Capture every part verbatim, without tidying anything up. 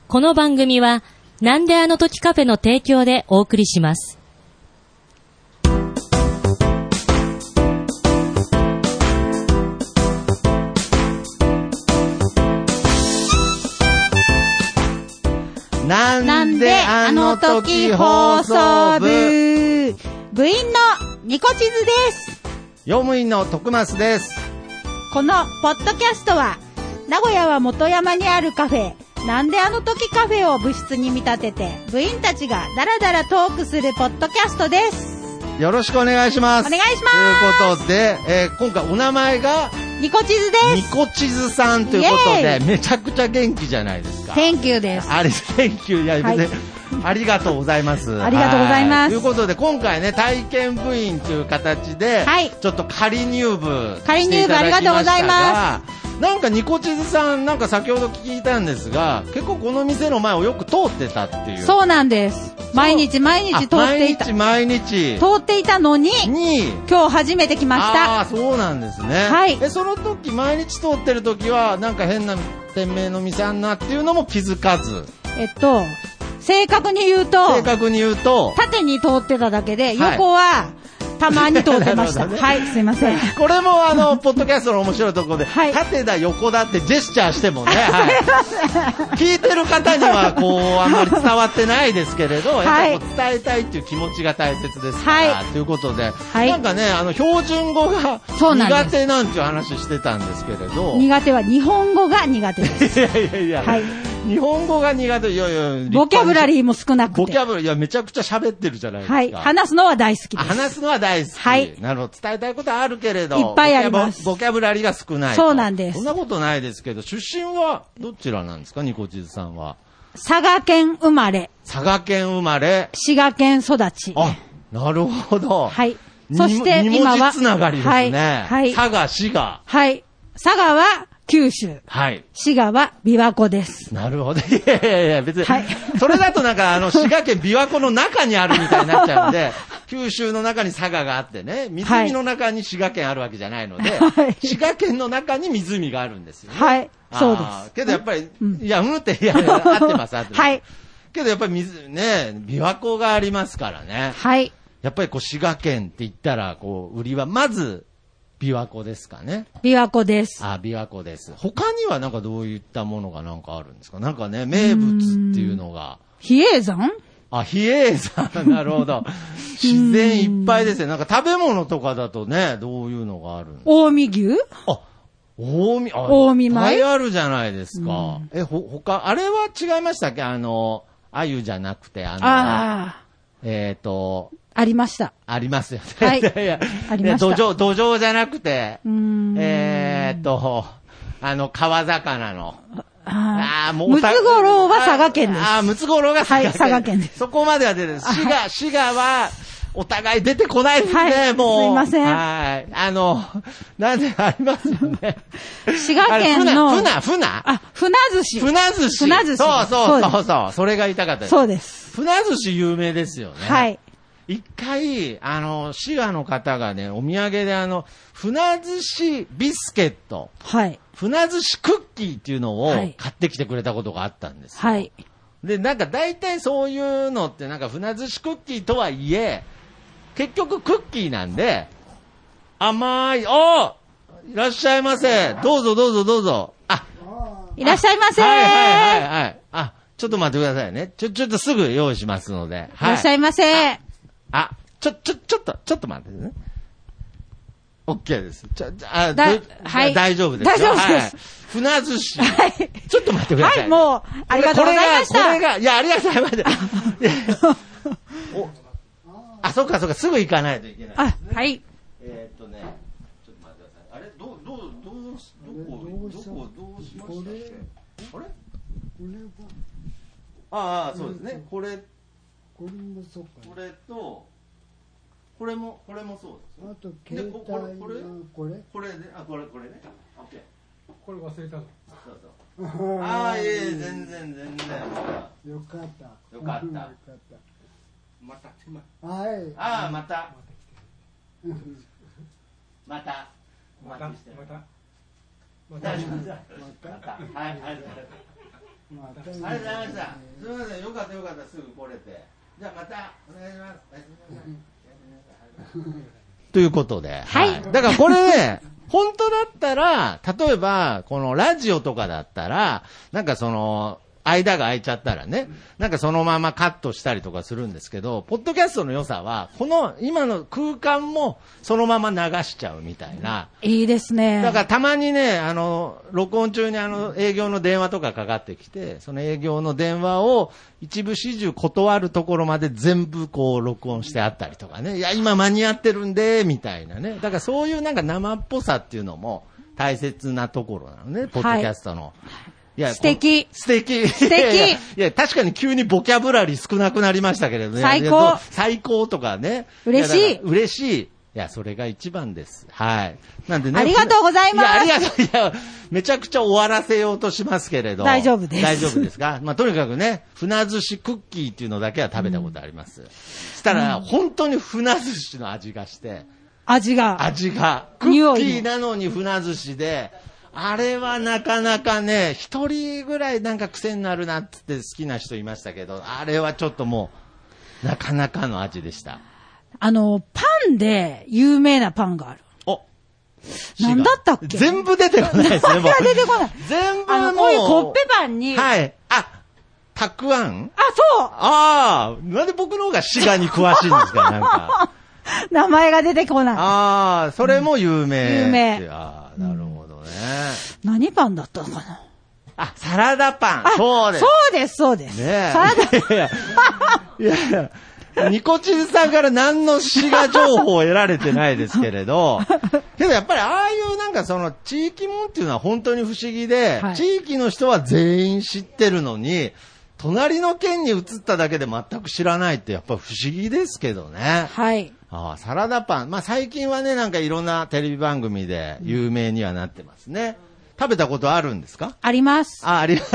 この番組はなんであの時カフェの提供でお送りします。 なんであの時放送部、 部員のニコチズです。 用務員の徳増です。 このポッドキャストは名古屋は元山にあるカフェなんであの時カフェを部室に見立てて部員たちがダラダラトークするポッドキャストです。 よろしくお願いします。 お願いします。 ということで、えー、今回お名前がニコチズです。 ニコチズさんということでめちゃくちゃ元気じゃないですか。 Thank you です。 あれ Thank you いや、はい、ありがとうございます。 ありがとうございます。 ということで今回ね体験部員という形で、はい、ちょっと仮入部仮入部ありがとうございます。 なんかニコチズさんなんか先ほど聞いたんですが結構この店の前をよく通ってたっていう。 そうなんです。毎日毎日通っていた。 毎日毎日通っていたのにに今日初めて来ました。 ああそうなんですね。 はい。 えその時毎日通ってる時はなんか変な店名の店あんなっていうのも気づかず。 えっと正確に言うと正確に言うと縦に通ってただけで、はい、横はたまに通ってました。ね、はい、すいません。 これもあのポッドキャストの面白いところで、はい、縦だ横だってジェスチャーしてもね、はい、聞いてる方にはこうあんまり伝わってないですけれど、はい、やっぱこう伝えたいっていう気持ちが大切ですから、はい、ということで、はい、なんかねあの標準語が苦手なんていう話してたんですけれど、 苦手は日本語が苦手です。 いやいやいや。はい。日本語が苦手。いやいや。 ボキャブラリーも少なくて。 ボキャブラリー、いや、めちゃくちゃ喋ってるじゃないですか。 はい。話すのは大好きです。 話すのは大好き。はい。なるほど。伝えたいことはあるけれど。 いっぱいあります。 ボキャブラリーが少ない。 そうなんです。 そんなことないですけど、出身はどちらなんですか、ニコチズさんは。 佐賀県生まれ。 佐賀県生まれ。 滋賀県育ち。 あ、なるほど。 はい。そして今は。 二文字つながりですね。はい。 はい。 佐賀、滋賀。 はい。佐賀は、九州。 はい。 滋賀は琵琶湖です。 なるほど。いやいやいや、別に。はい。それだとなんか、あの、滋賀県琵琶湖の中にあるみたいになっちゃうんで、九州の中に佐賀があってね、湖の中に滋賀県あるわけじゃないので、はい、滋賀県の中に湖があるんですよね。 はい。そうです。 けどやっぱり、うん、いや、うんって、いや、合ってます、合ってます。はい。けどやっぱり水、ね、琵琶湖がありますからね。 はい。 やっぱりこう、滋賀県って言ったら、こう、売りは、まず、琵琶湖ですかね。 琵琶湖です。 あ、琵琶湖です。他にはなんかどういったものがなんかあるんですか。なんかね、名物っていうのが。 比叡山？ あ、比叡山。なるほど。自然いっぱいですね。なんか食べ物とかだとね、どういうのがあるんですか。 近江牛？ あ、近江、あ、 近江米？ いっぱいあるじゃないですか。え、ほ、他、あれは違いましたっけ？あの、鮎じゃなくて、あの、あえっ、ー、と、 ありました。 ありますよね。 はい。いやありました。 土壌、土壌じゃなくて、えーっと、あの、川魚の。 ああ、もう。ムツゴロウは佐賀県です。 ああ、ムツゴロウが佐賀県。はい、 佐賀県です。 そこまでは出てる。滋賀、滋賀は、お互い出てこないですね、はい、もう。 すいません。 はい。あの、なんでありますよね。 滋賀県の。 船、船、船。 あ、船寿司。 船寿司。 船寿司。 そうそうそうそう。それが言いたかったです。 そうです。 船寿司有名ですよね。 はい。 一回、あの、滋賀の方がね、お土産であの、船寿司ビスケット。 はい。 船寿司クッキーっていうのを買ってきてくれたことがあったんですよ。 はい。 で、なんか大体そういうのってなんか船寿司クッキーとはいえ、結局クッキーなんで、甘い、おいらっしゃいませ。どうぞどうぞどうぞ。あ、 いらっしゃいませ。 はいはいはいはい。あ、ちょっと待ってくださいね。ちょ、ちょっとすぐ用意しますので。 はい。いらっしゃいませ。 あ、ちょ、ちょ、ちょっと、ちょっと待ってね。OK です。ちょ、あ、 だ、はい。 大丈夫です。 大丈夫です。 船寿司。はい。ちょっと待ってください。 はい、もう、ありがとうございました。 これが、これが、いや、ありがとうございました。お、あ、そうかそうか、すぐ行かないといけない。 あ、はい。 えっとね、ちょっと待ってください。あれ、どう、どう、どう、どこ、どこ、どうしましたっけ？あれ？ああ、そうですね。これ、 これもそうか、 これと、これも、これもそうです。 あと、携帯がこれこれこれね、あ、これ、これね。オッケー。 これ忘れたの。 そうそう。ああ、いえいえ、全然、全然。 よかった。 よかった。 よかった。 また手前。 はい。 ああ、また。また。 また。また。 また。また。はい、はい。 またありがとうございました。すみません、よかったよかった、すぐ来れて。じゃあまたお願いします。ということで、 はい。 だからこれね、本当だったら、例えば、このラジオとかだったら、なんかその、間が空いちゃったらね、なんかそのままカットしたりとかするんですけど、ポッドキャストの良さは、この今の空間もそのまま流しちゃうみたいな。 いいですね。 だからたまにね、あの、録音中にあの、営業の電話とかかかってきて、その営業の電話を一部始終断るところまで全部こう録音してあったりとかね、いや、今間に合ってるんで、みたいなね。だからそういうなんか生っぽさっていうのも大切なところなのね、ポッドキャストの。はいいや素敵。 素敵。 素敵。 いやいや、確かに急にボキャブラリー少なくなりましたけれどね。 最高。 最高とかね。 嬉しい。 い嬉しい。いや、それが一番です。はい。なんでね。 ありがとうございます。 いや、ありがとう。いや、めちゃくちゃ終わらせようとしますけれど。 大丈夫です。 大丈夫ですかまあ、とにかくね、船寿司クッキーっていうのだけは食べたことあります。うん、したら、うん、本当に船寿司の味がして。 味が。 味が。クッキーなのに船寿司で、あれはなかなかね、一人ぐらいなんか癖になるなって好きな人いましたけど、あれはちょっともう、なかなかの味でした。 あの、パンで有名なパンがある。 おなんだったっけ全部出てこないですね、もう。 出てこない。 全部もう。 こういうコッペパンに。 はい。あ、たくあんあ、そうああ、なんで僕の方が滋賀に詳しいんですか、なんか。 名前が出てこない。 ああ、それも有名。 うん、有名。 ああ、なるほど。 何パンだったのかなあ、サラダパン。そうです。 そうです、そうです。 ねえ。 サラダ。 いやいや、いやいや、ニコチンさんから何の滋賀情報を得られてないですけれど、けどやっぱりああいうなんかその地域もんっていうのは本当に不思議で、はい、地域の人は全員知ってるのに、隣の県に移っただけで全く知らないってやっぱ不思議ですけどね。 はい。 ああ、サラダパン。まあ最近はね、なんかいろんなテレビ番組で有名にはなってますね。食べたことあるんですか？ あります。 あ、あります。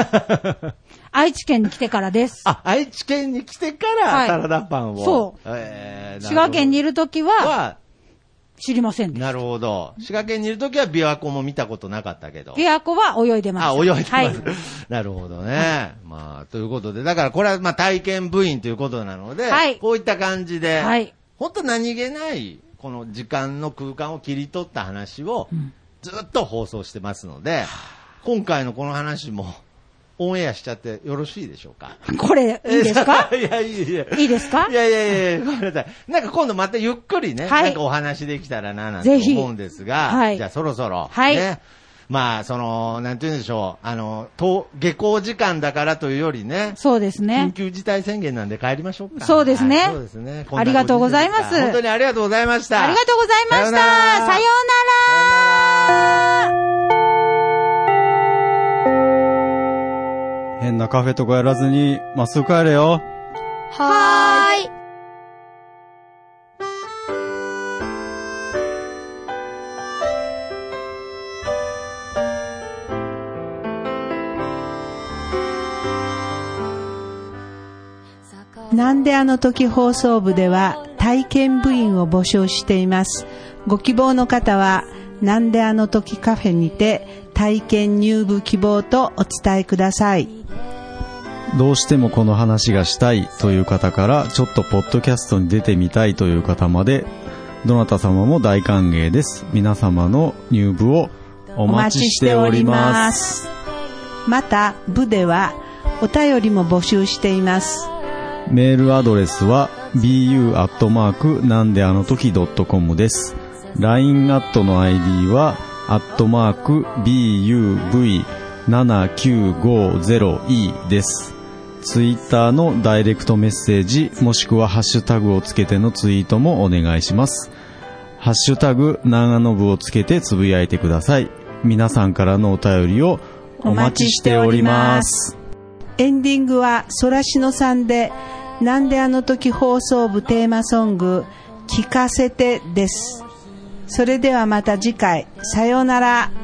愛知県に来てからです。 あ、愛知県に来てからサラダパンを。はい、そう。 えー、滋賀県にいるときは、知りませんでした。 なるほど。滋賀県にいるときは琵琶湖も見たことなかったけど。 琵琶湖は泳いでます。 あ、泳いでます。はい、なるほどね。はい、まあ、ということで、だからこれはまあ体験部員ということなので、はい、こういった感じで、はい、本当何気ない、この時間の空間を切り取った話を、うん、ずっと放送してますので、今回のこの話もオンエアしちゃってよろしいでしょうか？ これ、いいですか？ いや、いい、いや。 いいですか？ いやいやいや、ごめんなさい。なんか今度またゆっくりね、はい、なんかお話できたらな、なんて思うんですが、はい、じゃあそろそろ、はい、ね。まあ、その、なんて言うんでしょう、あの、と、下校時間だからというよりね。 そうですね。 緊急事態宣言なんで帰りましょうか。 そうですね。 はい、そうですね。 ありがとうございます。 本当にありがとうございました。 ありがとうございました。さようなら。さようなら。 変なカフェとかやらずに、まっすぐ帰れよ。 はーい。 なんであの時放送部では体験部員を募集しています。ご希望の方はなんであの時カフェにて体験入部希望とお伝えください。 どうしてもこの話がしたいという方からちょっとポッドキャストに出てみたいという方までどなた様も大歓迎です。皆様の入部をお待ちしております。 また部ではお便りも募集しています。 メールアドレスは ビーユー アットマーク なんであの時 ドットコム です。 ライン アットの アイディー はアットマーク ビーユーブイななきゅうごゼロイー です。ツイッターのダイレクトメッセージもしくはハッシュタグをつけてのツイートもお願いします。ハッシュタグ長野部をつけてつぶやいてください。皆さんからのお便りをお待ちしております。 エンディングはソラシノさんでなんであの時放送部テーマソング聞かせてです。それではまた次回、さようなら。